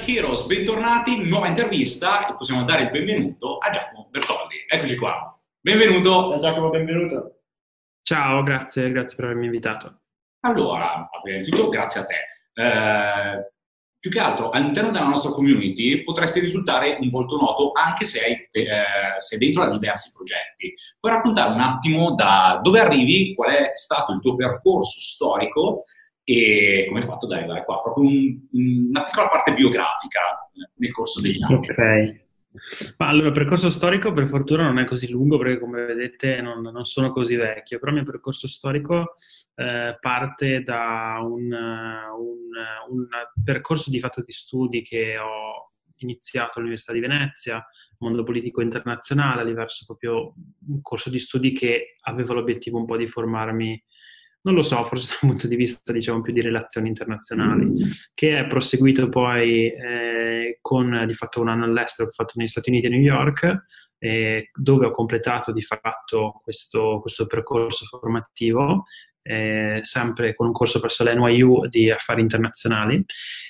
Tech Heroes, bentornati, nuova intervista e possiamo dare il benvenuto a Giacomo Bertoldi. Eccoci qua. Benvenuto. Ciao Giacomo, benvenuto. Ciao, grazie per avermi invitato. Allora, prima di tutto, grazie a te. Più che altro, all'interno della nostra community potresti risultare un volto noto anche se sei dentro a diversi progetti. Puoi raccontare un attimo da dove arrivi, qual è stato il tuo percorso storico e come hai fatto ad arrivare qua? Proprio una piccola parte biografica nel corso degli anni. Ok. Ma allora, il percorso storico per fortuna non è così lungo perché come vedete non sono così vecchio, però il mio percorso storico parte da un percorso di fatto di studi che ho iniziato all'Università di Venezia, mondo politico internazionale, diverso proprio un corso di studi che aveva l'obiettivo un po' di formarmi, non lo so, forse dal punto di vista diciamo più di relazioni internazionali, che è proseguito poi con di fatto un anno all'estero che ho fatto negli Stati Uniti e New York, dove ho completato di fatto questo percorso formativo, sempre con un corso presso l'NYU di affari internazionali.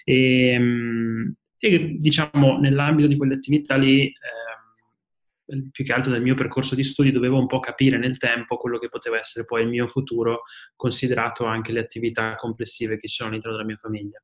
E diciamo nell'ambito di quelle attività lì, più che altro del mio percorso di studi, dovevo un po' capire nel tempo quello che poteva essere poi il mio futuro, considerato anche le attività complessive che ci sono all'interno della mia famiglia.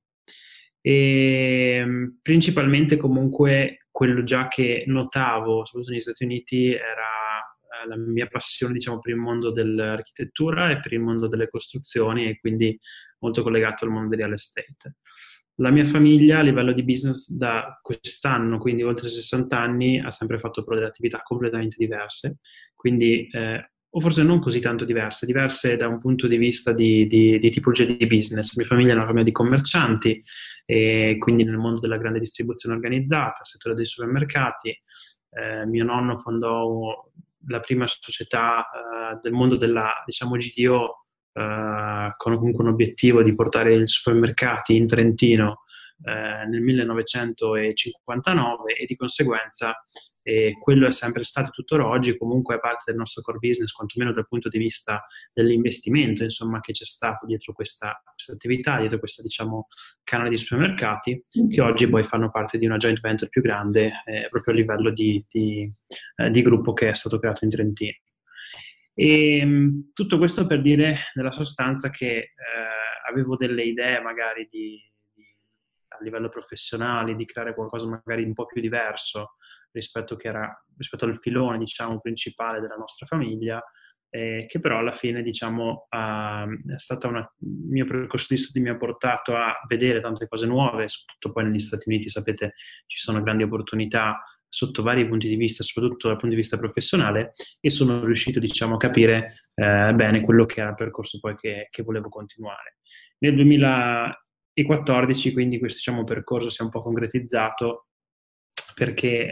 E principalmente comunque quello già che notavo, soprattutto negli Stati Uniti, era la mia passione, diciamo, per il mondo dell'architettura e per il mondo delle costruzioni e quindi molto collegato al mondo del real estate. La mia famiglia a livello di business da quest'anno, quindi oltre 60 anni, ha sempre fatto però delle attività completamente diverse, quindi o forse non così tanto diverse da un punto di vista di tipologia di business. La mia famiglia è una famiglia di commercianti, e quindi nel mondo della grande distribuzione organizzata, settore dei supermercati. Mio nonno fondò la prima società del mondo della, diciamo, GDO, con comunque un obiettivo di portare i supermercati in Trentino nel 1959 e di conseguenza quello è sempre stato tuttora oggi comunque è parte del nostro core business, quantomeno dal punto di vista dell'investimento insomma, che c'è stato dietro questa attività, dietro questa diciamo canale di supermercati che oggi poi fanno parte di una joint venture più grande proprio a livello di gruppo che è stato creato in Trentino. E tutto questo per dire nella sostanza che avevo delle idee magari a livello professionale di creare qualcosa magari un po' più diverso rispetto al filone diciamo principale della nostra famiglia, che però alla fine diciamo è stata il mio percorso di studi mi ha portato a vedere tante cose nuove, soprattutto poi negli Stati Uniti sapete ci sono grandi opportunità sotto vari punti di vista, soprattutto dal punto di vista professionale, e sono riuscito diciamo a capire bene quello che era il percorso poi che volevo continuare. Nel 2014 quindi questo diciamo percorso si è un po' concretizzato perché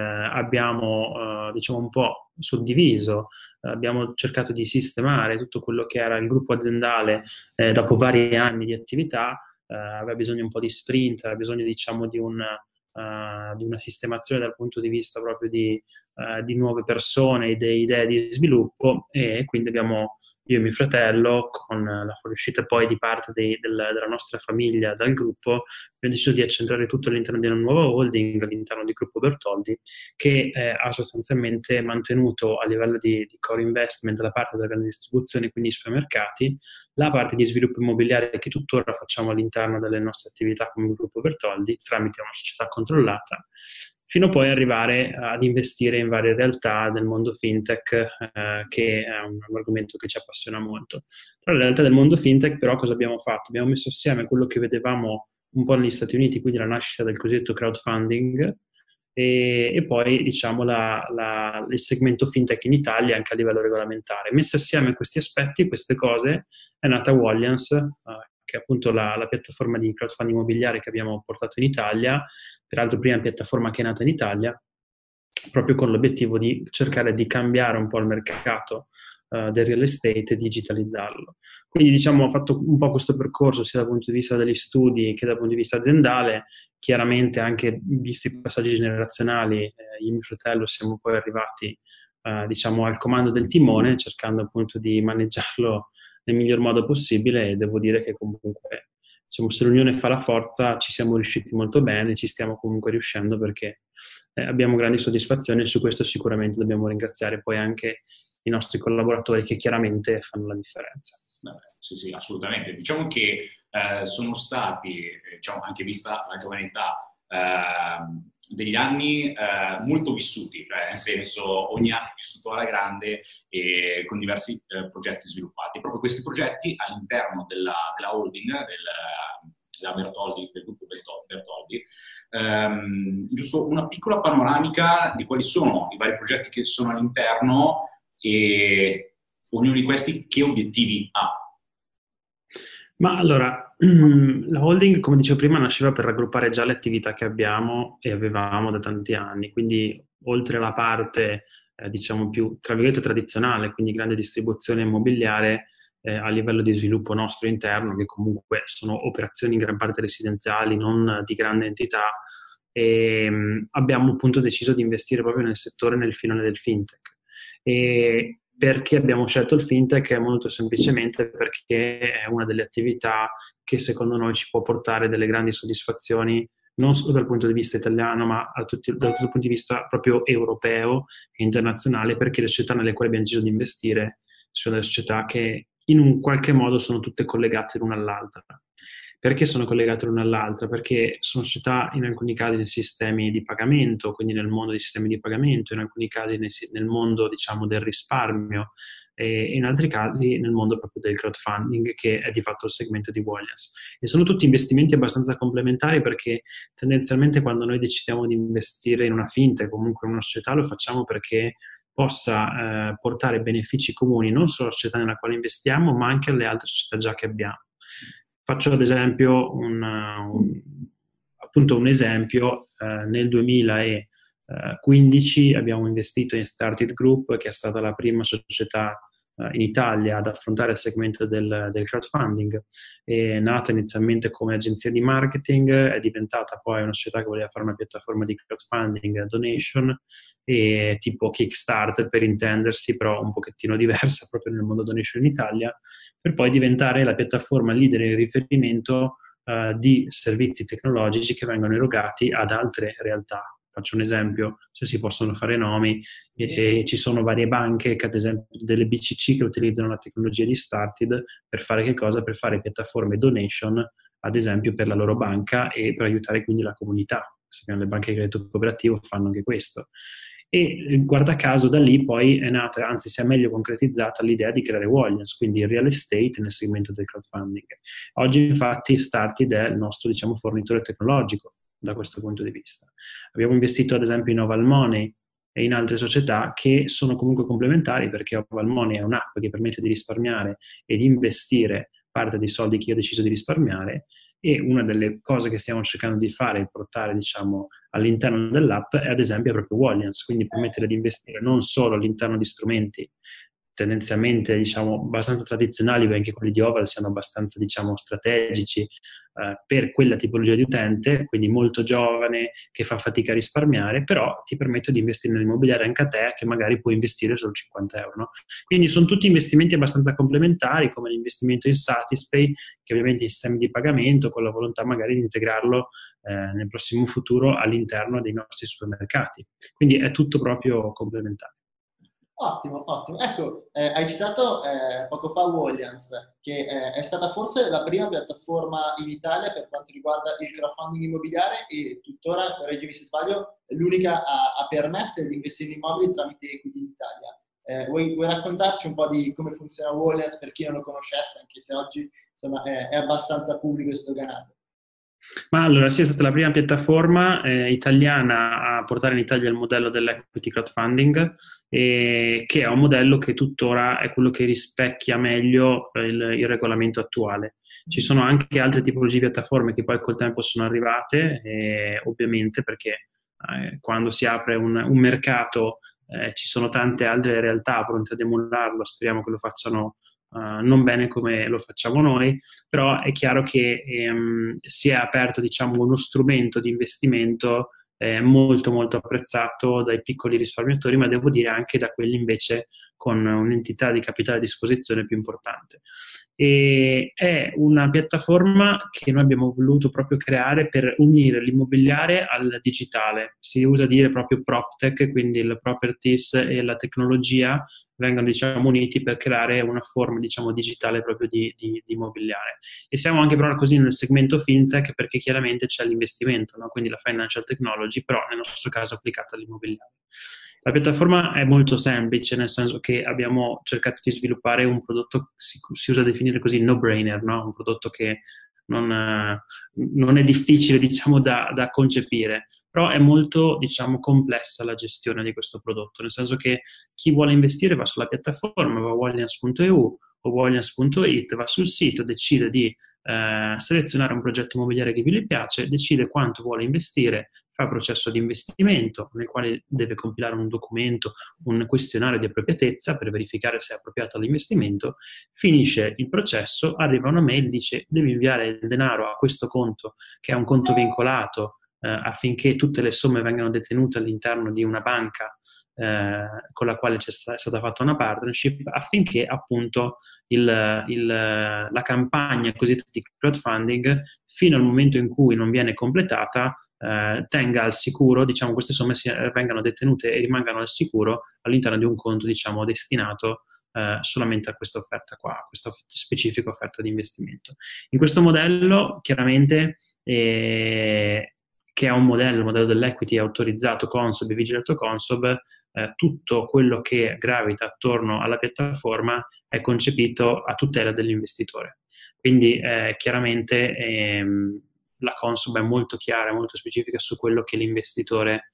abbiamo diciamo un po' suddiviso, abbiamo cercato di sistemare tutto quello che era il gruppo aziendale dopo vari anni di attività, aveva bisogno un po' di sprint, aveva bisogno diciamo di una sistemazione dal punto di vista proprio di nuove persone, idee di sviluppo e quindi abbiamo io e mio fratello, con la fuoriuscita poi di parte della nostra famiglia dal gruppo, abbiamo deciso di accentrare tutto all'interno di una nuova holding, all'interno di Gruppo Bertoldi, che ha sostanzialmente mantenuto a livello di core investment la parte della grande distribuzione, quindi i supermercati, la parte di sviluppo immobiliare che tuttora facciamo all'interno delle nostre attività come Gruppo Bertoldi, tramite una società controllata, fino poi ad arrivare ad investire in varie realtà del mondo fintech, che è un argomento che ci appassiona molto. Tra le realtà del mondo fintech, però, cosa abbiamo fatto? Abbiamo messo assieme quello che vedevamo un po' negli Stati Uniti, quindi la nascita del cosiddetto crowdfunding, e poi diciamo il segmento fintech in Italia anche a livello regolamentare. Messe assieme questi aspetti, queste cose, è nata Wallians, che è appunto la piattaforma di crowdfunding immobiliare che abbiamo portato in Italia, peraltro prima piattaforma che è nata in Italia, proprio con l'obiettivo di cercare di cambiare un po' il mercato del real estate e digitalizzarlo. Quindi diciamo ho fatto un po' questo percorso sia dal punto di vista degli studi che dal punto di vista aziendale, chiaramente anche visti i passaggi generazionali, io e mio fratello siamo poi arrivati diciamo al comando del timone, cercando appunto di maneggiarlo nel miglior modo possibile e devo dire che comunque diciamo, se l'unione fa la forza, ci siamo riusciti molto bene, ci stiamo comunque riuscendo perché abbiamo grandi soddisfazioni e su questo sicuramente dobbiamo ringraziare poi anche i nostri collaboratori che chiaramente fanno la differenza. Sì, sì, assolutamente. Diciamo che sono stati, diciamo, anche vista la giovane età, degli anni molto vissuti, cioè nel senso ogni anno vissuto alla grande e con diversi progetti sviluppati. Proprio questi progetti all'interno della holding, della Bertoldi, del gruppo Bertoldi, giusto una piccola panoramica di quali sono i vari progetti che sono all'interno e ognuno di questi che obiettivi ha. Ma allora, la holding, come dicevo prima, nasceva per raggruppare già le attività che abbiamo e avevamo da tanti anni, quindi oltre alla parte, diciamo, più, tra virgolette, tradizionale, quindi grande distribuzione immobiliare, a livello di sviluppo nostro interno, che comunque sono operazioni in gran parte residenziali, non di grande entità, e abbiamo appunto deciso di investire proprio nel settore, nel filone del fintech. E perché abbiamo scelto il fintech? È molto semplicemente perché è una delle attività che secondo noi ci può portare delle grandi soddisfazioni, non solo dal punto di vista italiano, ma dal punto di vista proprio europeo e internazionale, perché le società nelle quali abbiamo deciso di investire sono delle società che in un qualche modo sono tutte collegate l'una all'altra. Perché sono collegate l'una all'altra? Perché sono società in alcuni casi nei sistemi di pagamento, quindi nel mondo dei sistemi di pagamento, in alcuni casi nel mondo, diciamo, del risparmio e in altri casi nel mondo proprio del crowdfunding, che è di fatto il segmento di Williams. E sono tutti investimenti abbastanza complementari perché tendenzialmente quando noi decidiamo di investire in una fintech, comunque in una società, lo facciamo perché possa portare benefici comuni non solo alla società nella quale investiamo, ma anche alle altre società già che abbiamo. Faccio ad esempio appunto un esempio, nel 2015 abbiamo investito in Started Group, che è stata la prima società in Italia ad affrontare il segmento del crowdfunding. È nata inizialmente come agenzia di marketing, è diventata poi una società che voleva fare una piattaforma di crowdfunding, donation, e tipo Kickstarter per intendersi, però un pochettino diversa proprio nel mondo donation in Italia, per poi diventare la piattaforma leader in riferimento di servizi tecnologici che vengono erogati ad altre realtà. Faccio un esempio, se si possono fare nomi, e ci sono varie banche, che ad esempio delle BCC, che utilizzano la tecnologia di Started per fare che cosa? Per fare piattaforme donation, ad esempio per la loro banca e per aiutare quindi la comunità. Sappiamo le banche di credito cooperativo fanno anche questo. E guarda caso da lì poi è nata, anzi si è meglio concretizzata l'idea di creare Williams, quindi il real estate nel segmento del crowdfunding. Oggi infatti Started è il nostro, diciamo, fornitore tecnologico da questo punto di vista. Abbiamo investito ad esempio in Oval Money e in altre società che sono comunque complementari, perché Oval Money è un'app che permette di risparmiare e di investire parte dei soldi che io ho deciso di risparmiare, e una delle cose che stiamo cercando di fare e portare, diciamo, all'interno dell'app è ad esempio proprio Williams, quindi permettere di investire non solo all'interno di strumenti tendenzialmente, diciamo, abbastanza tradizionali, benché quelli di Oval siano abbastanza, diciamo, strategici per quella tipologia di utente, quindi molto giovane, che fa fatica a risparmiare, però ti permette di investire nell'immobiliare anche a te, che magari puoi investire solo 50 euro. No? Quindi sono tutti investimenti abbastanza complementari, come l'investimento in Satispay, che ovviamente è in sistemi di pagamento, con la volontà magari di integrarlo nel prossimo futuro all'interno dei nostri supermercati. Quindi è tutto proprio complementare. Ottimo, ottimo. Ecco, hai citato poco fa Williams, che è stata forse la prima piattaforma in Italia per quanto riguarda il crowdfunding immobiliare e tuttora, correggimi se sbaglio, è l'unica a permettere di investire in immobili tramite equity in Italia. Vuoi raccontarci un po' di come funziona Williams per chi non lo conoscesse, anche se oggi insomma, è abbastanza pubblico e sdoganato? Ma allora, sì, è stata la prima piattaforma italiana a portare in Italia il modello dell'equity crowdfunding, che è un modello che tuttora è quello che rispecchia meglio il regolamento attuale. Ci sono anche altre tipologie di piattaforme che poi col tempo sono arrivate, ovviamente perché quando si apre un mercato ci sono tante altre realtà pronte ad emularlo, speriamo che lo facciano non bene come lo facciamo noi, però è chiaro che si è aperto, diciamo, uno strumento di investimento molto molto apprezzato dai piccoli risparmiatori, ma devo dire anche da quelli invece con un'entità di capitale a disposizione più importante. E è una piattaforma che noi abbiamo voluto proprio creare per unire l'immobiliare al digitale. Si usa dire proprio PropTech, quindi il properties e la tecnologia vengono, diciamo, uniti per creare una forma, diciamo, digitale proprio di immobiliare. E siamo anche però così nel segmento fintech perché chiaramente c'è l'investimento, no? Quindi la financial technology, però nel nostro caso applicata all'immobiliare. La piattaforma è molto semplice, nel senso che abbiamo cercato di sviluppare un prodotto, si usa definire così, no-brainer, no? Un prodotto che non è difficile, diciamo, da concepire, però è molto, diciamo, complessa la gestione di questo prodotto, nel senso che chi vuole investire va sulla piattaforma, va a Wallians.eu o Wallians.it, va sul sito, decide di selezionare un progetto immobiliare che gli piace, decide quanto vuole investire, fa il processo di investimento nel quale deve compilare un documento, un questionario di appropriatezza per verificare se è appropriato all'investimento, finisce il processo, arriva una mail, dice devi inviare il denaro a questo conto che è un conto vincolato affinché tutte le somme vengano detenute all'interno di una banca con la quale è stata fatta una partnership, affinché appunto la campagna cosiddetta di crowdfunding, fino al momento in cui non viene completata, tenga al sicuro, diciamo, queste somme vengano detenute e rimangano al sicuro all'interno di un conto, diciamo, destinato solamente a questa offerta qua, a questa specifica offerta di investimento. In questo modello, chiaramente, che è un modello, il modello dell'equity autorizzato Consob e vigilato Consob, tutto quello che gravita attorno alla piattaforma è concepito a tutela dell'investitore. Quindi chiaramente la Consob è molto chiara, molto specifica su quello che l'investitore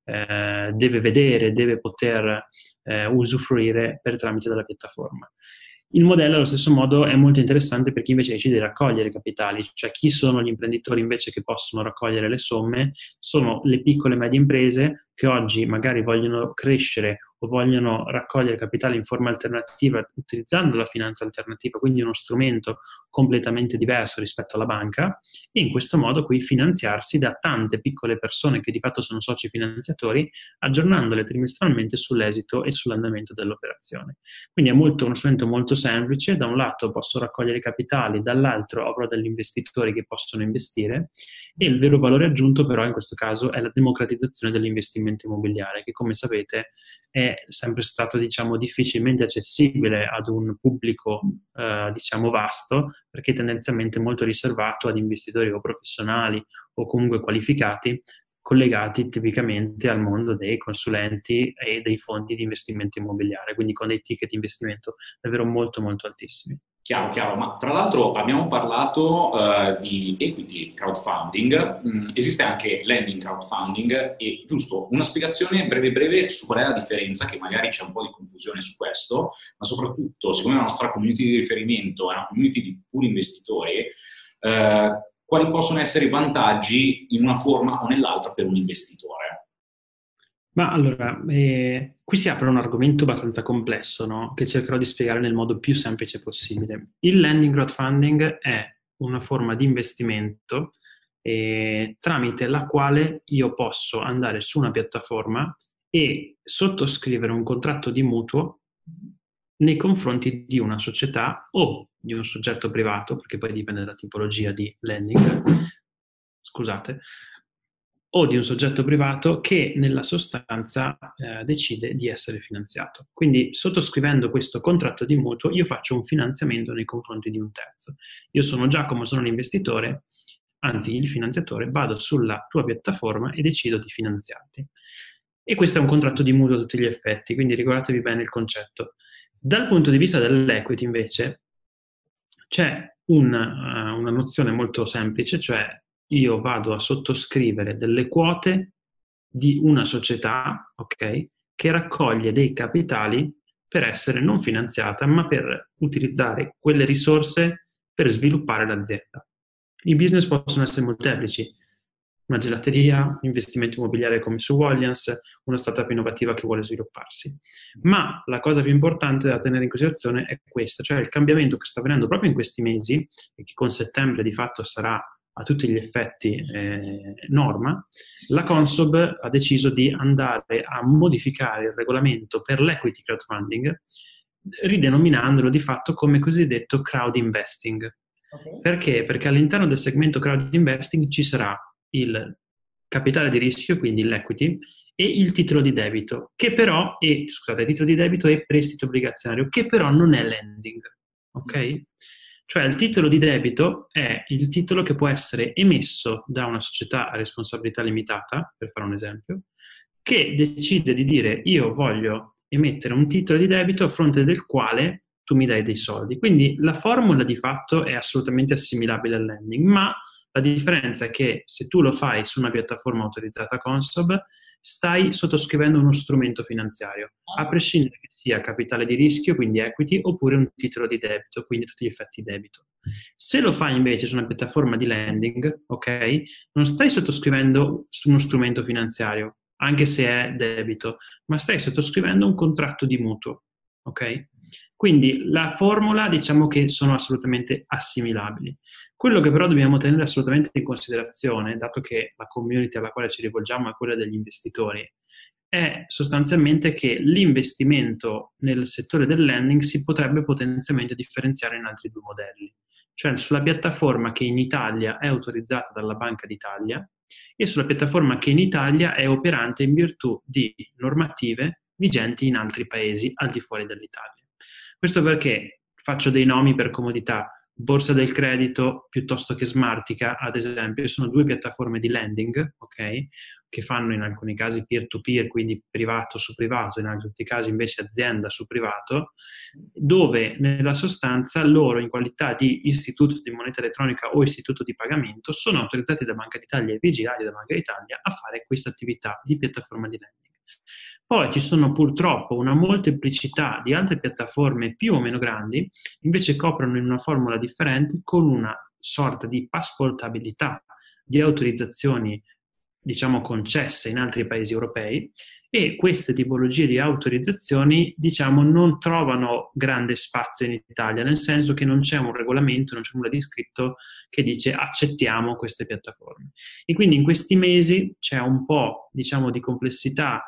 deve vedere, deve poter usufruire per tramite della piattaforma. Il modello allo stesso modo è molto interessante per chi invece decide di raccogliere capitali, cioè chi sono gli imprenditori invece che possono raccogliere le somme, sono le piccole e medie imprese che oggi magari vogliono crescere o vogliono raccogliere capitale in forma alternativa utilizzando la finanza alternativa, quindi uno strumento completamente diverso rispetto alla banca, e in questo modo qui finanziarsi da tante piccole persone che di fatto sono soci finanziatori, aggiornandole trimestralmente sull'esito e sull'andamento dell'operazione. Quindi è uno strumento molto semplice, da un lato posso raccogliere capitali, dall'altro avrò degli investitori che possono investire, e il vero valore aggiunto però in questo caso è la democratizzazione dell'investimento immobiliare, che come sapete è sempre stato, diciamo, difficilmente accessibile ad un pubblico diciamo vasto, perché tendenzialmente molto riservato ad investitori o professionali o comunque qualificati, collegati tipicamente al mondo dei consulenti e dei fondi di investimento immobiliare, quindi con dei ticket di investimento davvero molto molto altissimi. Chiaro, ma tra l'altro abbiamo parlato di equity crowdfunding, esiste anche lending crowdfunding, e giusto una spiegazione breve su qual è la differenza, che magari c'è un po' di confusione su questo, ma soprattutto, siccome la nostra community di riferimento è una community di puri investitori, quali possono essere i vantaggi in una forma o nell'altra per un investitore? Ma allora, qui si apre un argomento abbastanza complesso, no? Che cercherò di spiegare nel modo più semplice possibile. Il lending crowdfunding è una forma di investimento tramite la quale io posso andare su una piattaforma e sottoscrivere un contratto di mutuo nei confronti di una società o di un soggetto privato, perché poi dipende dalla tipologia di lending, scusate, o di un soggetto privato che nella sostanza decide di essere finanziato. Quindi sottoscrivendo questo contratto di mutuo io faccio un finanziamento nei confronti di un terzo. Io sono Giacomo, sono l'investitore, anzi il finanziatore, vado sulla tua piattaforma e decido di finanziarti. E questo è un contratto di mutuo a tutti gli effetti, quindi ricordatevi bene il concetto. Dal punto di vista dell'equity invece c'è una nozione molto semplice, cioè io vado a sottoscrivere delle quote di una società, ok, che raccoglie dei capitali per essere non finanziata, ma per utilizzare quelle risorse per sviluppare l'azienda. I business possono essere molteplici: una gelateria, investimento immobiliare come su Wallians, una startup innovativa che vuole svilupparsi. Ma la cosa più importante da tenere in considerazione è questa, cioè il cambiamento che sta avvenendo proprio in questi mesi, e che con settembre di fatto sarà a tutti gli effetti norma, la Consob ha deciso di andare a modificare il regolamento per l'equity crowdfunding, ridenominandolo di fatto come cosiddetto crowd investing. Ok. Perché? Perché all'interno del segmento crowd investing ci sarà il capitale di rischio, quindi l'equity, e il titolo di debito, che però scusate, titolo di debito e prestito obbligazionario, che però non è lending, ok? Cioè il titolo di debito è il titolo che può essere emesso da una società a responsabilità limitata, per fare un esempio, che decide di dire io voglio emettere un titolo di debito a fronte del quale tu mi dai dei soldi. Quindi la formula di fatto è assolutamente assimilabile al lending, ma la differenza è che se tu lo fai su una piattaforma autorizzata Consob, stai sottoscrivendo uno strumento finanziario, a prescindere che sia capitale di rischio, quindi equity, oppure un titolo di debito, quindi tutti gli effetti debito. Se lo fai invece su una piattaforma di lending, ok, non stai sottoscrivendo uno strumento finanziario, anche se è debito, ma stai sottoscrivendo un contratto di mutuo, ok? Quindi la formula diciamo che sono assolutamente assimilabili. Quello che però dobbiamo tenere assolutamente in considerazione, dato che la community alla quale ci rivolgiamo è quella degli investitori, è sostanzialmente che l'investimento nel settore del lending si potrebbe potenzialmente differenziare in altri due modelli, cioè sulla piattaforma che in Italia è autorizzata dalla Banca d'Italia e sulla piattaforma che in Italia è operante in virtù di normative vigenti in altri paesi al di fuori dell'Italia. Questo perché faccio dei nomi per comodità. Borsa del Credito piuttosto che Smartica, ad esempio, sono due piattaforme di lending, ok? Che fanno in alcuni casi peer-to-peer, quindi privato su privato, in altri casi invece azienda su privato, dove nella sostanza loro in qualità di istituto di moneta elettronica o istituto di pagamento sono autorizzati da Banca d'Italia e vigilati da Banca d'Italia a fare questa attività di piattaforma di lending. Poi ci sono purtroppo una molteplicità di altre piattaforme più o meno grandi, invece coprono in una formula differente con una sorta di passportabilità di autorizzazioni, diciamo, concesse in altri paesi europei, e queste tipologie di autorizzazioni, diciamo, non trovano grande spazio in Italia, nel senso che non c'è un regolamento, non c'è nulla di scritto che dice accettiamo queste piattaforme. E quindi in questi mesi c'è un po', diciamo, di complessità,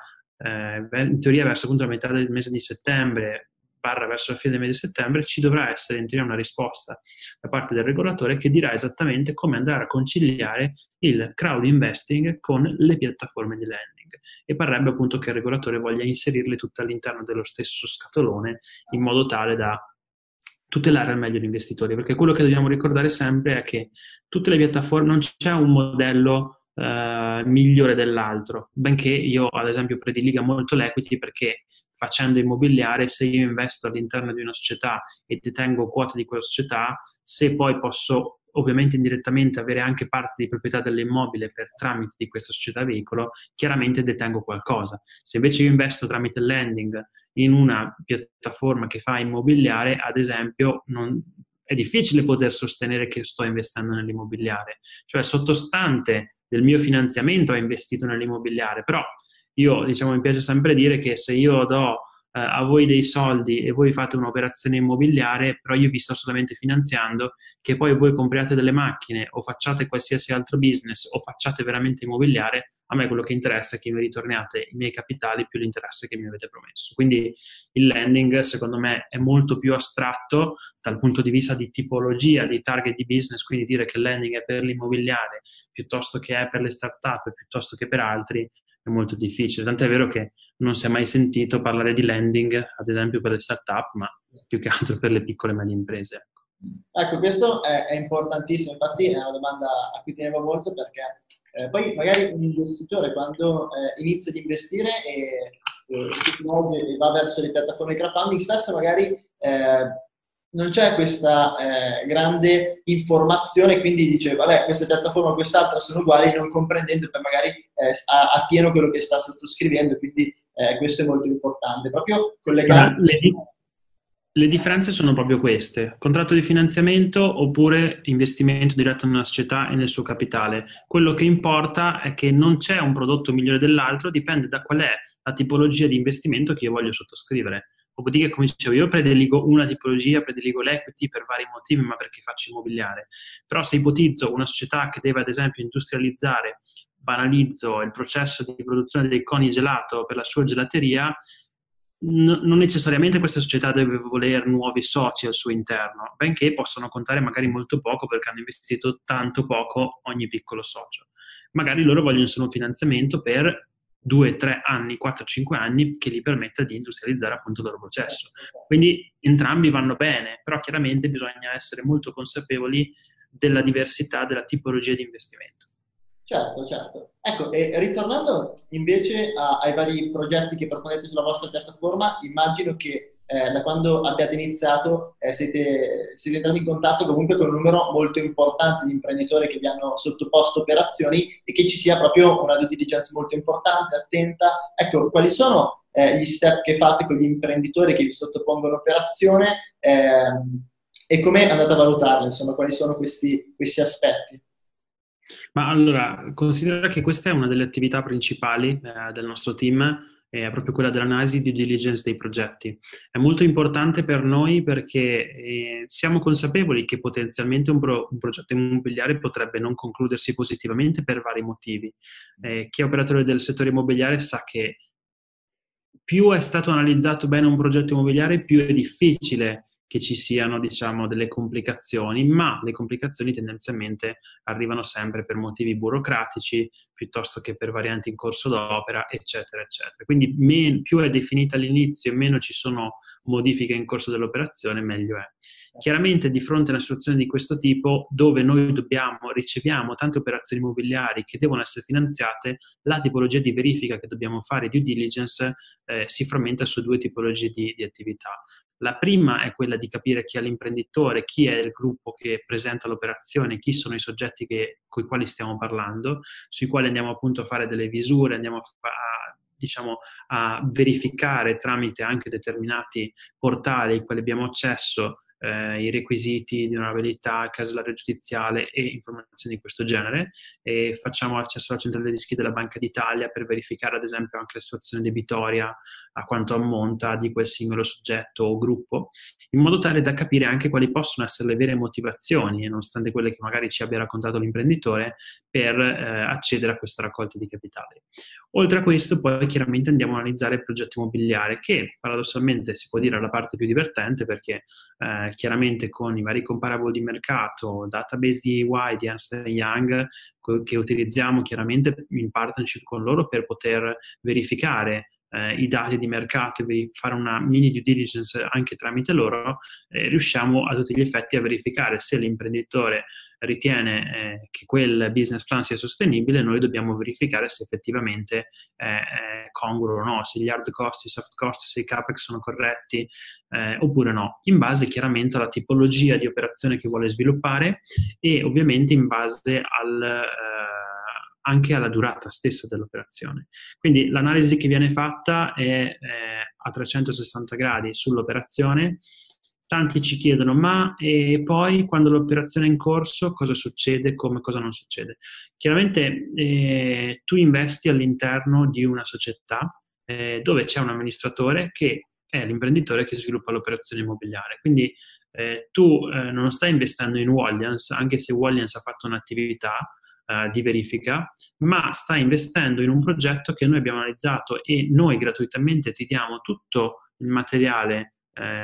in teoria verso appunto la metà del mese di settembre verso la fine del mese di settembre ci dovrà essere in teoria una risposta da parte del regolatore che dirà esattamente come andare a conciliare il crowd investing con le piattaforme di lending, e parrebbe appunto che il regolatore voglia inserirle tutte all'interno dello stesso scatolone in modo tale da tutelare al meglio gli investitori, perché quello che dobbiamo ricordare sempre è che tutte le piattaforme, non c'è un modello migliore dell'altro, benché io ad esempio prediliga molto l'equity, perché facendo immobiliare, se io investo all'interno di una società e detengo quote di quella società, se poi posso ovviamente indirettamente avere anche parte di proprietà dell'immobile per tramite di questa società veicolo, chiaramente detengo qualcosa. Se invece io investo tramite il lending in una piattaforma che fa immobiliare, ad esempio, è difficile poter sostenere che sto investendo nell'immobiliare, cioè sottostante del mio finanziamento ho investito nell'immobiliare, però io, diciamo, mi piace sempre dire che se io do a voi dei soldi e voi fate un'operazione immobiliare, però io vi sto solamente finanziando, che poi voi compriate delle macchine o facciate qualsiasi altro business o facciate veramente immobiliare, a me quello che interessa è che mi ritorniate i miei capitali più l'interesse che mi avete promesso. Quindi il lending, secondo me, è molto più astratto dal punto di vista di tipologia, di target di business, quindi dire che il lending è per l'immobiliare piuttosto che è per le start-up, piuttosto che per altri, è molto difficile. Tant'è vero che non si è mai sentito parlare di lending, ad esempio per le start-up, ma più che altro per le piccole e medie imprese. Ecco, questo è importantissimo, infatti è una domanda a cui tenevo molto, perché poi magari un investitore quando inizia ad investire e si muove e va verso le piattaforme di crowdfunding, spesso magari non c'è questa grande informazione, quindi dice vabbè, questa piattaforma e quest'altra sono uguali, non comprendendo poi magari appieno quello che sta sottoscrivendo, quindi questo è molto importante. Proprio collegare... Le differenze sono proprio queste: contratto di finanziamento oppure investimento diretto in una società e nel suo capitale. Quello che importa è che non c'è un prodotto migliore dell'altro, dipende da qual è la tipologia di investimento che io voglio sottoscrivere. Dopodiché, come dicevo, io prediligo una tipologia, prediligo l'equity per vari motivi, ma perché faccio immobiliare. Però se ipotizzo una società che deve ad esempio industrializzare, banalizzo il processo di produzione del coni gelato per la sua gelateria, non necessariamente questa società deve voler nuovi soci al suo interno, benché possano contare magari molto poco perché hanno investito tanto poco ogni piccolo socio. Magari loro vogliono solo un finanziamento per 2, 3 anni, 4, 5 anni che gli permetta di industrializzare appunto il loro processo. Quindi entrambi vanno bene, però chiaramente bisogna essere molto consapevoli della diversità della tipologia di investimento. Certo, certo. Ecco, e ritornando invece ai vari progetti che proponete sulla vostra piattaforma, immagino che da quando abbiate iniziato siete entrati in contatto comunque con un numero molto importante di imprenditori che vi hanno sottoposto operazioni e che ci sia proprio una due diligence molto importante, attenta. Ecco, quali sono gli step che fate con gli imprenditori che vi sottopongono operazione e come andate a valutarli? Insomma, quali sono questi aspetti? Ma allora, considera che questa è una delle attività principali del nostro team, è proprio quella dell'analisi di due diligence dei progetti. È molto importante per noi perché siamo consapevoli che potenzialmente un progetto immobiliare potrebbe non concludersi positivamente per vari motivi. Chi è operatore del settore immobiliare sa che più è stato analizzato bene un progetto immobiliare, più è difficile che ci siano, diciamo, delle complicazioni, ma le complicazioni tendenzialmente arrivano sempre per motivi burocratici piuttosto che per varianti in corso d'opera, eccetera, eccetera. Quindi più è definita all'inizio e meno ci sono modifiche in corso dell'operazione, meglio è. Chiaramente di fronte a una situazione di questo tipo, dove noi riceviamo tante operazioni immobiliari che devono essere finanziate, la tipologia di verifica che dobbiamo fare, due diligence, si frammenta su due tipologie di attività. La prima è quella di capire chi è l'imprenditore, chi è il gruppo che presenta l'operazione, chi sono i soggetti con i quali stiamo parlando, sui quali andiamo appunto a fare delle visure, andiamo a verificare tramite anche determinati portali ai quali abbiamo accesso i requisiti di onorabilità, casellario giudiziale e informazioni di questo genere, e facciamo accesso alla centrale rischi della Banca d'Italia per verificare ad esempio anche la situazione debitoria, a quanto ammonta di quel singolo soggetto o gruppo, in modo tale da capire anche quali possono essere le vere motivazioni, nonostante quelle che magari ci abbia raccontato l'imprenditore, per accedere a questa raccolta di capitale. Oltre a questo, poi chiaramente andiamo a analizzare il progetto immobiliare, che paradossalmente si può dire è la parte più divertente perché chiaramente con i vari comparable di mercato, database di EY, di Ernst Young, che utilizziamo chiaramente in partnership con loro per poter verificare i dati di mercato e fare una mini due diligence anche tramite loro, riusciamo a tutti gli effetti a verificare se l'imprenditore ritiene che quel business plan sia sostenibile. Noi dobbiamo verificare se effettivamente è congruo o no, se gli hard cost, i soft cost, se i capex sono corretti oppure no, in base chiaramente alla tipologia di operazione che vuole sviluppare e ovviamente in base anche alla durata stessa dell'operazione. Quindi l'analisi che viene fatta è a 360 gradi sull'operazione. Tanti ci chiedono, ma poi quando l'operazione è in corso cosa succede, cosa non succede? Chiaramente tu investi all'interno di una società dove c'è un amministratore che è l'imprenditore che sviluppa l'operazione immobiliare. Quindi tu non stai investendo in Wallians, anche se Wallians ha fatto un'attività di verifica, ma sta investendo in un progetto che noi abbiamo analizzato e noi gratuitamente ti diamo tutto il materiale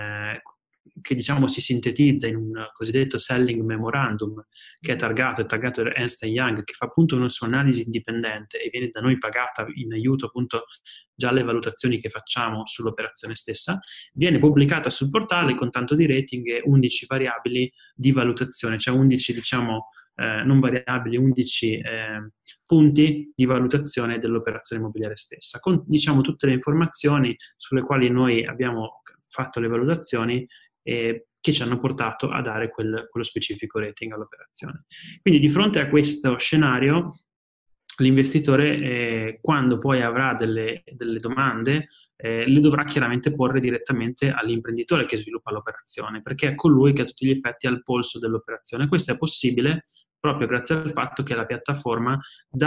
che diciamo si sintetizza in un cosiddetto selling memorandum che è taggato Ernst Young, che fa appunto una sua analisi indipendente e viene da noi pagata in aiuto appunto già alle valutazioni che facciamo sull'operazione stessa, viene pubblicata sul portale con tanto di rating e 11 variabili di valutazione, cioè 11 diciamo non variabili, 11 punti di valutazione dell'operazione immobiliare stessa, con diciamo tutte le informazioni sulle quali noi abbiamo fatto le valutazioni che ci hanno portato a dare quello specifico rating all'operazione. Quindi di fronte a questo scenario l'investitore quando poi avrà delle domande le dovrà chiaramente porre direttamente all'imprenditore che sviluppa l'operazione, perché è colui che a tutti gli effetti ha il polso dell'operazione. Questo è possibile proprio grazie al fatto che la piattaforma dà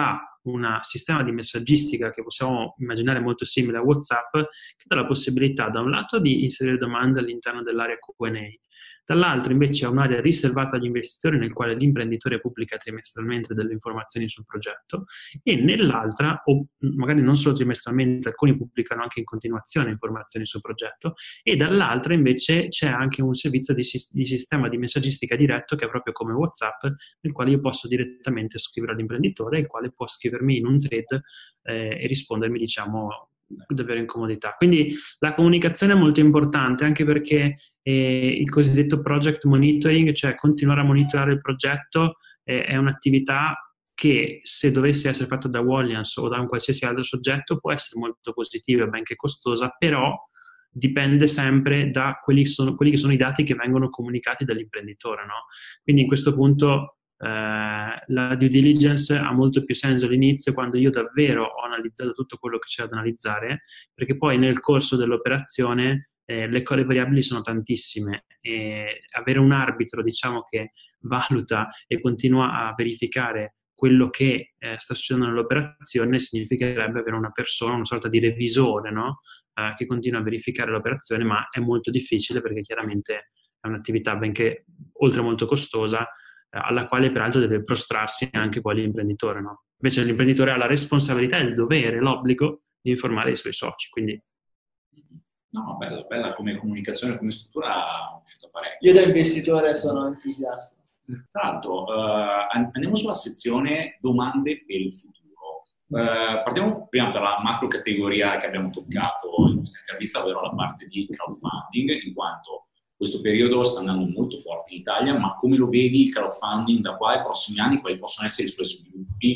un sistema di messaggistica che possiamo immaginare molto simile a WhatsApp, che dà la possibilità da un lato di inserire domande all'interno dell'area Q&A, dall'altro invece è un'area riservata agli investitori nel quale l'imprenditore pubblica trimestralmente delle informazioni sul progetto, e nell'altra, o magari non solo trimestralmente, alcuni pubblicano anche in continuazione informazioni sul progetto, e dall'altra invece c'è anche un servizio di sistema di messaggistica diretto che è proprio come WhatsApp, nel quale io posso direttamente scrivere all'imprenditore, il quale può scrivermi in un thread e rispondermi, diciamo, davvero in comodità. Quindi la comunicazione è molto importante, anche perché il cosiddetto project monitoring, cioè continuare a monitorare il progetto, è un'attività che, se dovesse essere fatta da Wallians o da un qualsiasi altro soggetto, può essere molto positiva, benché costosa, però dipende sempre da quelli che sono i dati che vengono comunicati dall'imprenditore, no? Quindi in questo punto la due diligence ha molto più senso all'inizio, quando io davvero ho analizzato tutto quello che c'è da analizzare, perché poi nel corso dell'operazione le variabili sono tantissime, e avere un arbitro, diciamo, che valuta e continua a verificare quello che sta succedendo nell'operazione significherebbe avere una persona, una sorta di revisore, no? Che continua a verificare l'operazione, ma è molto difficile perché chiaramente è un'attività, benché oltre molto costosa, alla quale peraltro deve prostrarsi anche poi l'imprenditore, no? Invece l'imprenditore ha la responsabilità, il dovere, l'obbligo di informare i suoi soci, quindi... No, bella come comunicazione, come struttura, mi è piaciuta parecchio. Io da investitore sono entusiasta. Tra l'altro, andiamo sulla sezione domande per il futuro. Partiamo prima per la macro categoria che abbiamo toccato in questa intervista, ovvero la parte di crowdfunding, in quanto questo periodo sta andando molto forte in Italia, ma come lo vedi il crowdfunding da qua ai prossimi anni, quali possono essere i suoi sviluppi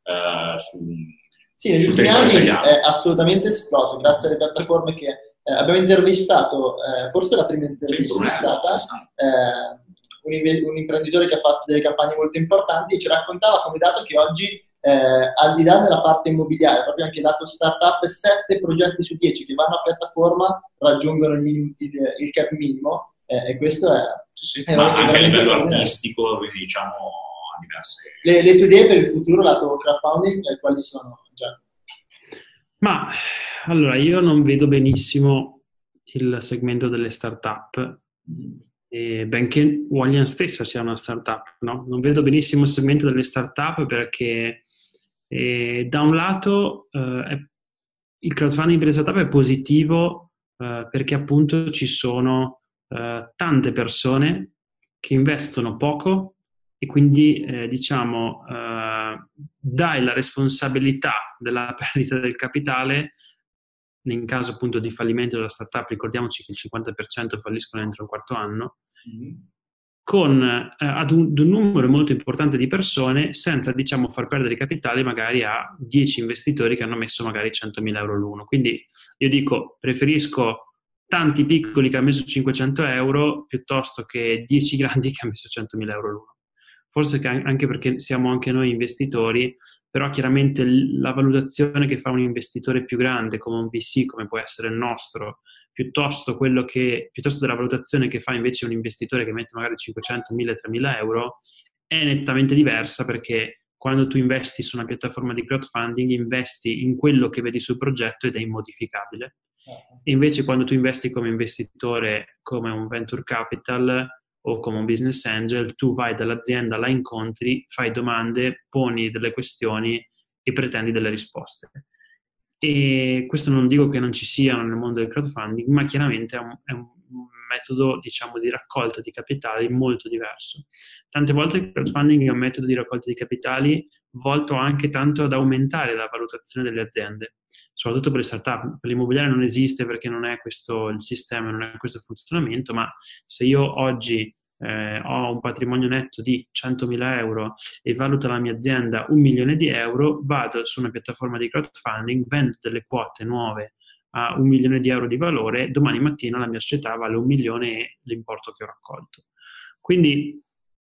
Sì, negli ultimi anni è assolutamente esploso, grazie alle piattaforme che abbiamo intervistato, forse la prima intervista è stata un imprenditore che ha fatto delle campagne molto importanti e ci raccontava come dato che oggi, al di là della parte immobiliare, proprio anche lato startup, 7 progetti su 10 che vanno a piattaforma raggiungono il cap minimo, e questo è... Sì, ma anche a livello artistico, quindi diciamo a diverse... Le tue idee per il futuro lato crowdfunding, quali sono? Già. Ma allora, io non vedo benissimo il segmento delle startup, benché Wallians stessa sia una startup, no? Non vedo benissimo il segmento delle startup perché da un lato il crowdfunding per le startup è positivo perché appunto ci sono tante persone che investono poco e quindi diciamo dai la responsabilità della perdita del capitale in caso appunto di fallimento della startup. Ricordiamoci che il 50% falliscono entro un quarto anno, con ad un numero molto importante di persone, senza, diciamo, far perdere capitale magari a 10 investitori che hanno messo magari 100.000 euro l'uno. Quindi io dico, preferisco tanti piccoli che hanno messo 500 euro piuttosto che 10 grandi che hanno messo 100.000 euro l'uno. Forse anche perché siamo anche noi investitori, però chiaramente la valutazione che fa un investitore più grande come un VC, come può essere il nostro, piuttosto della valutazione che fa invece un investitore che mette magari 500, 1000, 3000 euro, è nettamente diversa, perché quando tu investi su una piattaforma di crowdfunding investi in quello che vedi sul progetto ed è immodificabile. E invece quando tu investi come investitore, come un venture capital o come un business angel, tu vai dall'azienda, la incontri, fai domande, poni delle questioni e pretendi delle risposte. E questo non dico che non ci siano nel mondo del crowdfunding, ma chiaramente è un metodo, diciamo, di raccolta di capitali molto diverso. Tante volte il crowdfunding è un metodo di raccolta di capitali volto anche tanto ad aumentare la valutazione delle aziende, soprattutto per le startup. Per l'immobiliare non esiste perché non è questo il sistema, non è questo il funzionamento, ma se io oggi ho un patrimonio netto di 100.000 euro e valuto la mia azienda 1 milione di euro, vado su una piattaforma di crowdfunding, vendo delle quote nuove a 1 milione di euro di valore, domani mattina la mia società vale 1 milione e l'importo che ho raccolto. Quindi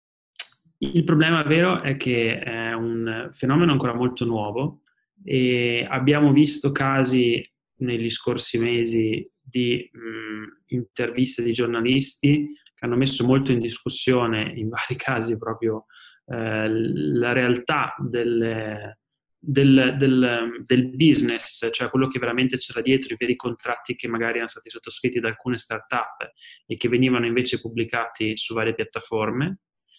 il problema vero è che è un fenomeno ancora molto nuovo e abbiamo visto casi negli scorsi mesi di interviste di giornalisti che hanno messo molto in discussione, in vari casi, proprio la realtà del business, cioè quello che veramente c'era dietro, i veri contratti che magari erano stati sottoscritti da alcune startup e che venivano invece pubblicati su varie piattaforme.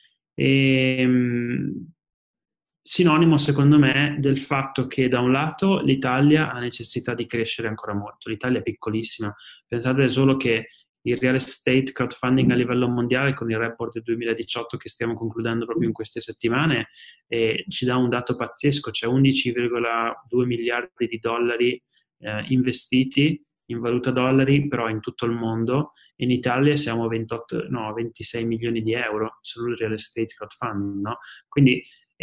Sinonimo, secondo me, del fatto che da un lato l'Italia ha necessità di crescere ancora molto. L'Italia è piccolissima. Pensate solo che il real estate crowdfunding a livello mondiale, con il report del 2018 che stiamo concludendo proprio in queste settimane, ci dà un dato pazzesco. C'è 11,2 miliardi di dollari investiti in valuta dollari, però in tutto il mondo. In Italia siamo 26 milioni di euro solo il real estate crowdfunding, no? Quindi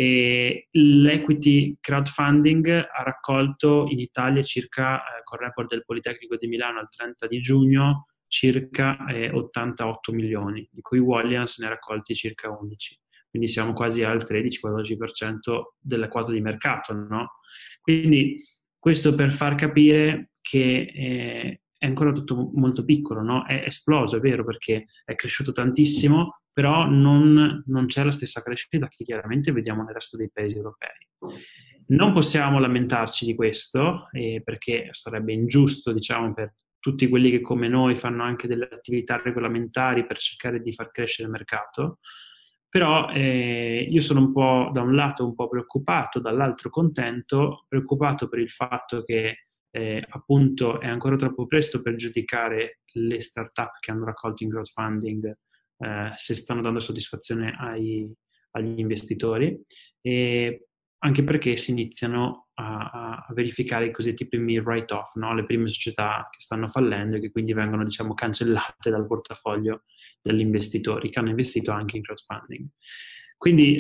l'equity crowdfunding ha raccolto in Italia circa, con il report del Politecnico di Milano al 30 di giugno, circa 88 milioni, di cui Wallians ne ha raccolti circa 11. Quindi siamo quasi al 13-14% della quota di mercato, no? Quindi questo per far capire che è ancora tutto molto piccolo, no? È esploso, è vero, perché è cresciuto tantissimo, però non c'è la stessa crescita che chiaramente vediamo nel resto dei paesi europei. Non possiamo lamentarci di questo, perché sarebbe ingiusto, diciamo, per tutti quelli che come noi fanno anche delle attività regolamentari per cercare di far crescere il mercato, però io sono un po', da un lato un po' preoccupato, dall'altro contento, preoccupato per il fatto che appunto è ancora troppo presto per giudicare le startup che hanno raccolto in crowdfunding se stanno dando soddisfazione agli investitori, e anche perché si iniziano a verificare i cosiddetti primi write-off, no? Le prime società che stanno fallendo e che quindi vengono, diciamo, cancellate dal portafoglio degli investitori che hanno investito anche in crowdfunding. Quindi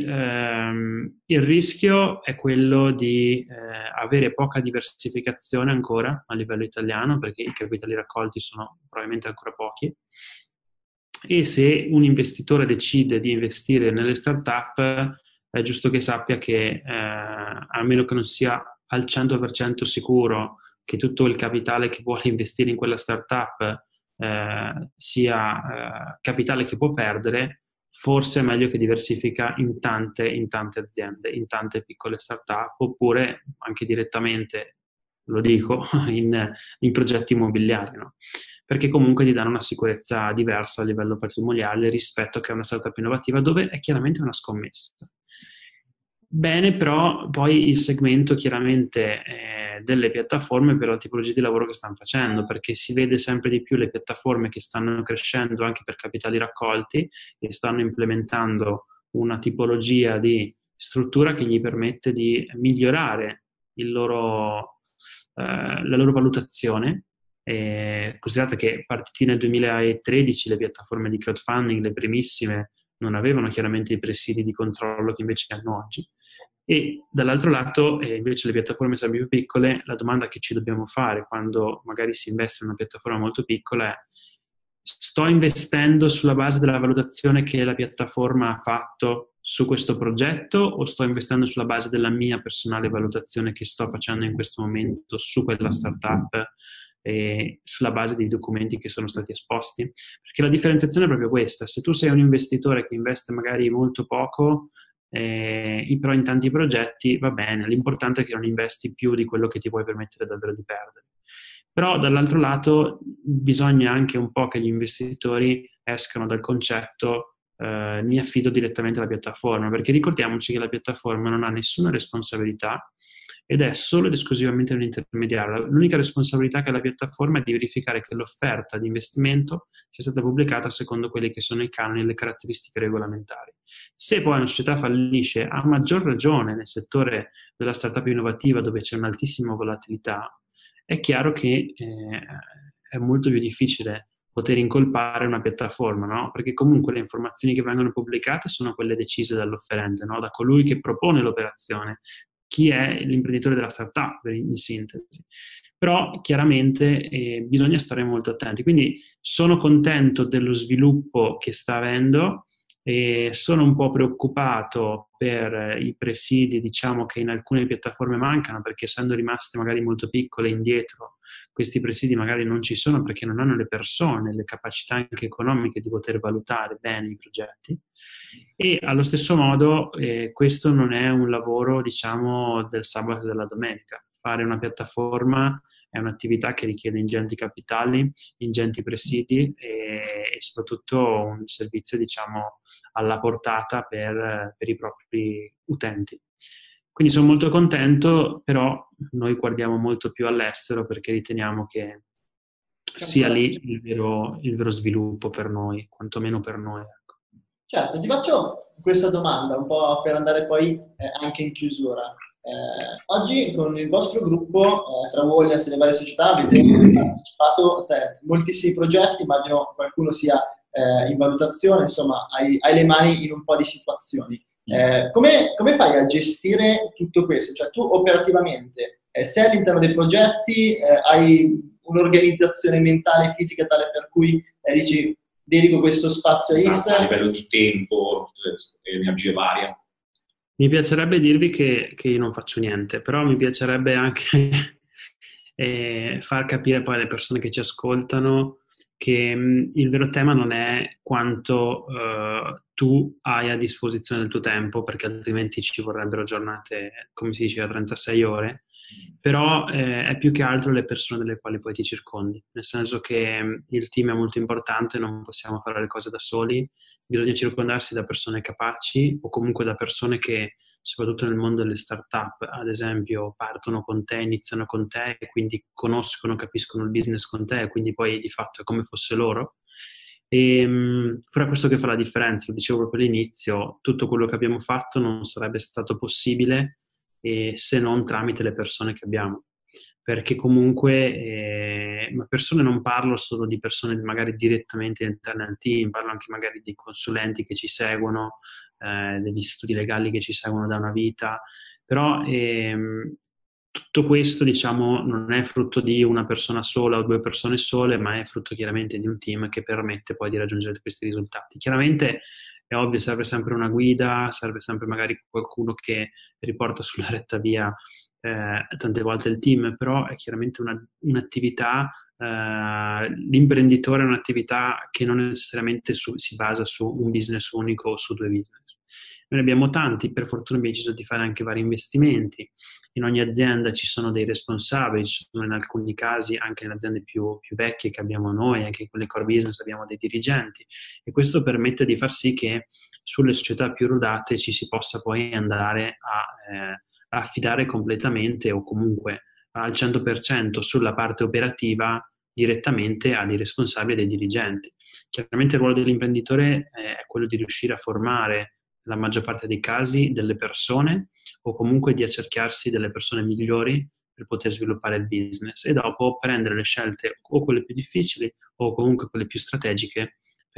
il rischio è quello di avere poca diversificazione ancora a livello italiano, perché i capitali raccolti sono probabilmente ancora pochi, e se un investitore decide di investire nelle startup è giusto che sappia che a meno che non sia al 100% sicuro che tutto il capitale che vuole investire in quella startup sia capitale che può perdere, forse è meglio che diversifica in tante aziende, in tante piccole startup, oppure anche direttamente, lo dico, in progetti immobiliari, no? Perché comunque ti danno una sicurezza diversa a livello patrimoniale rispetto che a una startup innovativa, dove è chiaramente una scommessa. Bene, però poi il segmento chiaramente delle piattaforme per la tipologia di lavoro che stanno facendo, perché si vede sempre di più le piattaforme che stanno crescendo anche per capitali raccolti e stanno implementando una tipologia di struttura che gli permette di migliorare la loro valutazione. Considerate che partiti nel 2013 le piattaforme di crowdfunding, le primissime, non avevano chiaramente i presidi di controllo che invece hanno oggi. E dall'altro lato, invece le piattaforme sempre più piccole, la domanda che ci dobbiamo fare quando magari si investe in una piattaforma molto piccola è: sto investendo sulla base della valutazione che la piattaforma ha fatto su questo progetto, o sto investendo sulla base della mia personale valutazione che sto facendo in questo momento su quella startup, sulla base dei documenti che sono stati esposti? Perché la differenziazione è proprio questa: se tu sei un investitore che investe magari molto poco, però in tanti progetti, va bene, l'importante è che non investi più di quello che ti puoi permettere davvero di perdere. Però dall'altro lato bisogna anche un po' che gli investitori escano dal concetto mi affido direttamente alla piattaforma, perché ricordiamoci che la piattaforma non ha nessuna responsabilità ed è solo ed esclusivamente un intermediario. L'unica responsabilità che ha la piattaforma è di verificare che l'offerta di investimento sia stata pubblicata secondo quelli che sono i canoni e le caratteristiche regolamentari. Se poi una società fallisce, a maggior ragione nel settore della startup innovativa dove c'è un'altissima volatilità, è chiaro che è molto più difficile poter incolpare una piattaforma, no? Perché comunque le informazioni che vengono pubblicate sono quelle decise dall'offerente, no? Da colui che propone l'operazione, chi è l'imprenditore della startup, in sintesi. Però chiaramente bisogna stare molto attenti. Quindi sono contento dello sviluppo che sta avendo, e sono un po' preoccupato per i presidi, diciamo, che in alcune piattaforme mancano, perché essendo rimaste magari molto piccole indietro questi presidi magari non ci sono perché non hanno le persone, le capacità anche economiche di poter valutare bene i progetti. E allo stesso modo questo non è un lavoro, diciamo, del sabato e della domenica. Fare una piattaforma è un'attività che richiede ingenti capitali, ingenti presidi e soprattutto un servizio, diciamo, alla portata per i propri utenti. Quindi sono molto contento, però noi guardiamo molto più all'estero perché riteniamo che sia lì il vero sviluppo per noi, quantomeno per noi. Ecco. Certo, ti faccio questa domanda un po' per andare poi anche in chiusura. Oggi con il vostro gruppo, tra Woglians e le varie società, avete partecipato a moltissimi progetti, immagino qualcuno sia in valutazione, insomma, hai le mani in un po' di situazioni. Come fai a gestire tutto questo? Cioè tu operativamente sei all'interno dei progetti, hai un'organizzazione mentale e fisica tale per cui dici dedico questo spazio a livello di tempo, energia varia. Mi piacerebbe dirvi che io non faccio niente, però mi piacerebbe anche far capire poi alle persone che ci ascoltano che il vero tema non è quanto tu hai a disposizione del tuo tempo, perché altrimenti ci vorrebbero giornate, come si dice, da 36 ore, però è più che altro le persone delle quali poi ti circondi, nel senso che il team è molto importante, non possiamo fare le cose da soli, bisogna circondarsi da persone capaci o comunque da persone che, soprattutto nel mondo delle start-up, ad esempio, partono con te, iniziano con te e quindi conoscono, capiscono il business con te e quindi poi di fatto è come fosse loro. E però è questo che fa la differenza, lo dicevo proprio all'inizio, tutto quello che abbiamo fatto non sarebbe stato possibile se non tramite le persone che abbiamo. Perché comunque, ma persone non parlo solo di persone magari direttamente interne al team, parlo anche magari di consulenti che ci seguono, degli studi legali che ci seguono da una vita, però tutto questo, diciamo, non è frutto di una persona sola o due persone sole, ma è frutto chiaramente di un team che permette poi di raggiungere questi risultati. Chiaramente è ovvio, serve sempre una guida, serve sempre magari qualcuno che riporta sulla retta via tante volte il team, però è chiaramente un'attività, l'imprenditore è un'attività che non necessariamente si basa su un business unico o su due business. Noi ne abbiamo tanti, per fortuna abbiamo deciso di fare anche vari investimenti. In ogni azienda ci sono dei responsabili, ci sono in alcuni casi, anche nelle aziende più vecchie che abbiamo noi, anche in quelle core business abbiamo dei dirigenti, e questo permette di far sì che sulle società più rodate ci si possa poi andare a affidare completamente o comunque al 100% sulla parte operativa direttamente a dei responsabili e dei dirigenti. Chiaramente il ruolo dell'imprenditore è quello di riuscire a formare la maggior parte dei casi delle persone o comunque di accerchiarsi delle persone migliori per poter sviluppare il business e dopo prendere le scelte o quelle più difficili o comunque quelle più strategiche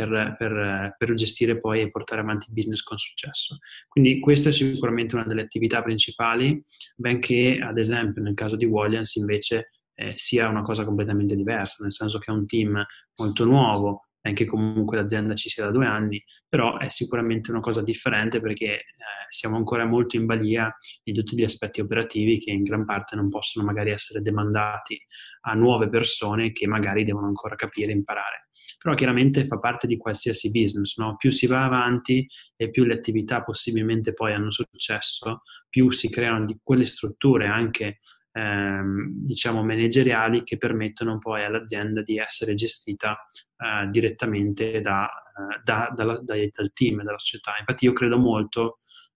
per gestire poi e portare avanti il business con successo. Quindi questa è sicuramente una delle attività principali, benché ad esempio nel caso di Woglians invece sia una cosa completamente diversa, nel senso che è un team molto nuovo, anche comunque l'azienda ci sia da 2 anni, però è sicuramente una cosa differente perché siamo ancora molto in balia di tutti gli aspetti operativi che in gran parte non possono magari essere demandati a nuove persone che magari devono ancora capire e imparare. Però chiaramente fa parte di qualsiasi business, no? Più si va avanti e più le attività possibilmente poi hanno successo, più si creano di quelle strutture anche diciamo manageriali che permettono poi all'azienda di essere gestita direttamente dal team, dalla società. Infatti io credo molto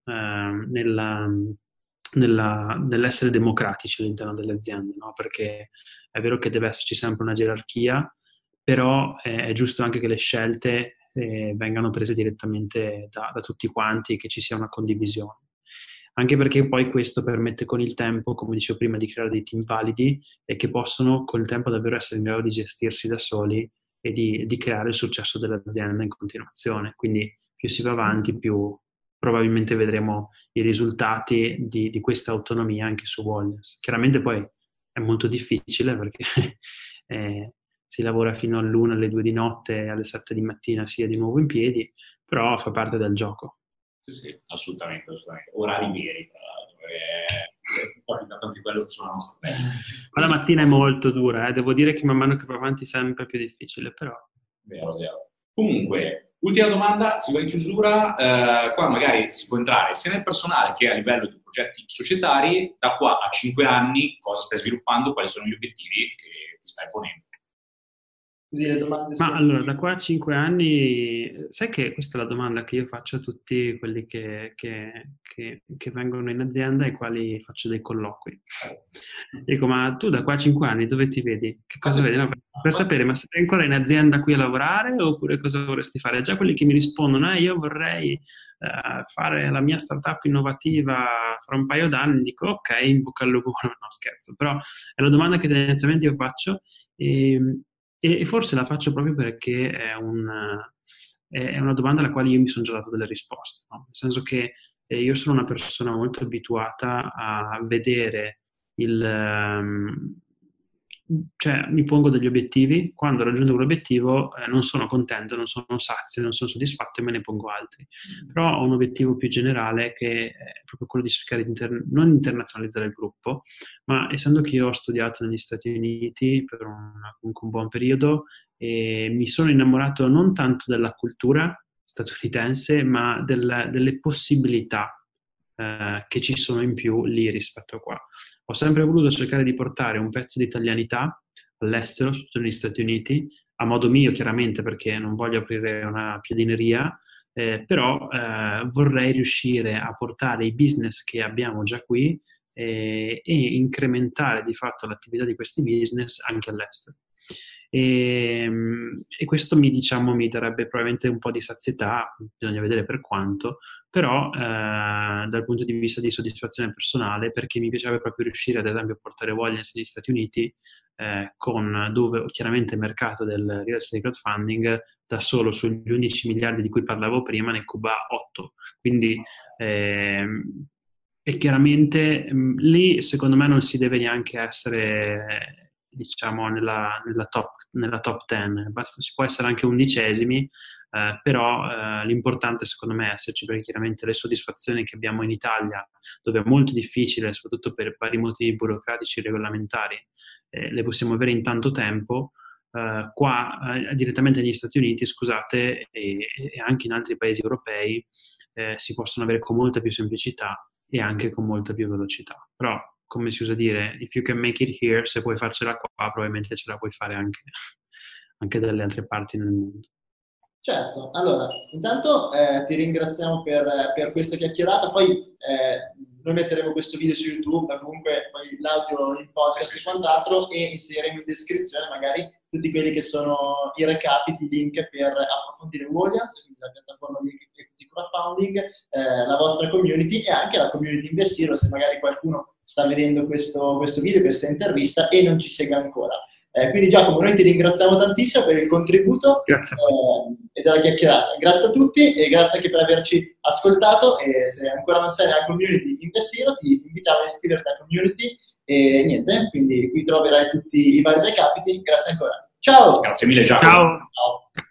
nell'essere democratici all'interno delle aziende, no? Perché è vero che deve esserci sempre una gerarchia, però è giusto anche che le scelte vengano prese direttamente da tutti quanti e che ci sia una condivisione. Anche perché poi questo permette con il tempo, come dicevo prima, di creare dei team validi e che possono con il tempo davvero essere in grado di gestirsi da soli e di creare il successo dell'azienda in continuazione. Quindi più si va avanti, più probabilmente vedremo i risultati di questa autonomia anche su Woglians. Chiaramente poi è molto difficile perché si lavora fino all'1, alle 2 di notte, alle 7 di mattina si è di nuovo in piedi, però fa parte del gioco. Sì, assolutamente. Orari veri, tra l'altro. è capitato anche quello sulla nostra pelle. Ma la mattina è molto dura, devo dire che man mano che va avanti è sempre più difficile, però... Vero, vero. Comunque, ultima domanda, si va in chiusura, qua magari si può entrare sia nel personale che a livello di progetti societari, da qua a 5 anni cosa stai sviluppando, quali sono gli obiettivi che ti stai ponendo? Così le domande Ma allora, da qua a 5 anni, sai che questa è la domanda che io faccio a tutti quelli che vengono in azienda ai quali faccio dei colloqui. Dico, ma tu da qua a 5 anni dove ti vedi? Che cosa vedi? No, per sapere, ma sei ancora in azienda qui a lavorare oppure cosa vorresti fare? Già quelli che mi rispondono, io vorrei fare la mia startup innovativa fra un paio d'anni, dico, ok, in bocca al lupo, no scherzo, però è la domanda che tendenzialmente io faccio e forse la faccio proprio perché è una domanda alla quale io mi sono già dato delle risposte, no? Nel senso che io sono una persona molto abituata a vedere cioè mi pongo degli obiettivi, quando raggiungo quell'obiettivo non sono contento, non sono sazio, non sono soddisfatto e me ne pongo altri. Però ho un obiettivo più generale che è proprio quello di cercare di non internazionalizzare il gruppo, ma essendo che io ho studiato negli Stati Uniti per comunque un buon periodo e mi sono innamorato non tanto della cultura statunitense, ma delle possibilità che ci sono in più lì rispetto a qua. Ho sempre voluto cercare di portare un pezzo di italianità all'estero, soprattutto negli Stati Uniti, a modo mio chiaramente perché non voglio aprire una piadineria, però vorrei riuscire a portare i business che abbiamo già qui e incrementare di fatto l'attività di questi business anche all'estero. E questo mi darebbe probabilmente un po' di sazietà, bisogna vedere per quanto, però dal punto di vista di soddisfazione personale, perché mi piacerebbe proprio riuscire ad esempio a portare Vogliance negli Stati Uniti, dove chiaramente il mercato del real estate crowdfunding da solo sugli 11 miliardi di cui parlavo prima ne cuba 8, quindi e chiaramente lì secondo me non si deve neanche essere nella top 10, si può essere anche undicesimi, però l'importante secondo me è esserci, perché chiaramente le soddisfazioni che abbiamo in Italia, dove è molto difficile, soprattutto per vari motivi burocratici e regolamentari, le possiamo avere in tanto tempo. Qua direttamente negli Stati Uniti, scusate, e anche in altri paesi europei si possono avere con molta più semplicità e anche con molta più velocità. Però, come si usa dire, if you can make it here, se puoi farcela qua, probabilmente ce la puoi fare anche dalle altre parti nel mondo. Certo, allora, intanto ti ringraziamo per questa chiacchierata, poi noi metteremo questo video su YouTube, comunque poi l'audio, il podcast e quant'altro, e inseriremo in descrizione magari tutti quelli che sono i recapiti, i link per approfondire Vogliance, quindi la piattaforma di crowdfunding, la vostra community e anche la community Investiro, se magari qualcuno sta vedendo questo video, questa intervista e non ci segue ancora. Quindi Giacomo, noi ti ringraziamo tantissimo per il contributo e della chiacchierata. Grazie a tutti e grazie anche per averci ascoltato, e se ancora non sei nella community Investiro ti invitiamo a iscriverti alla community e niente, quindi qui troverai tutti i vari recapiti. Grazie ancora. Ciao! Grazie mille Giacomo. Ciao! Ciao.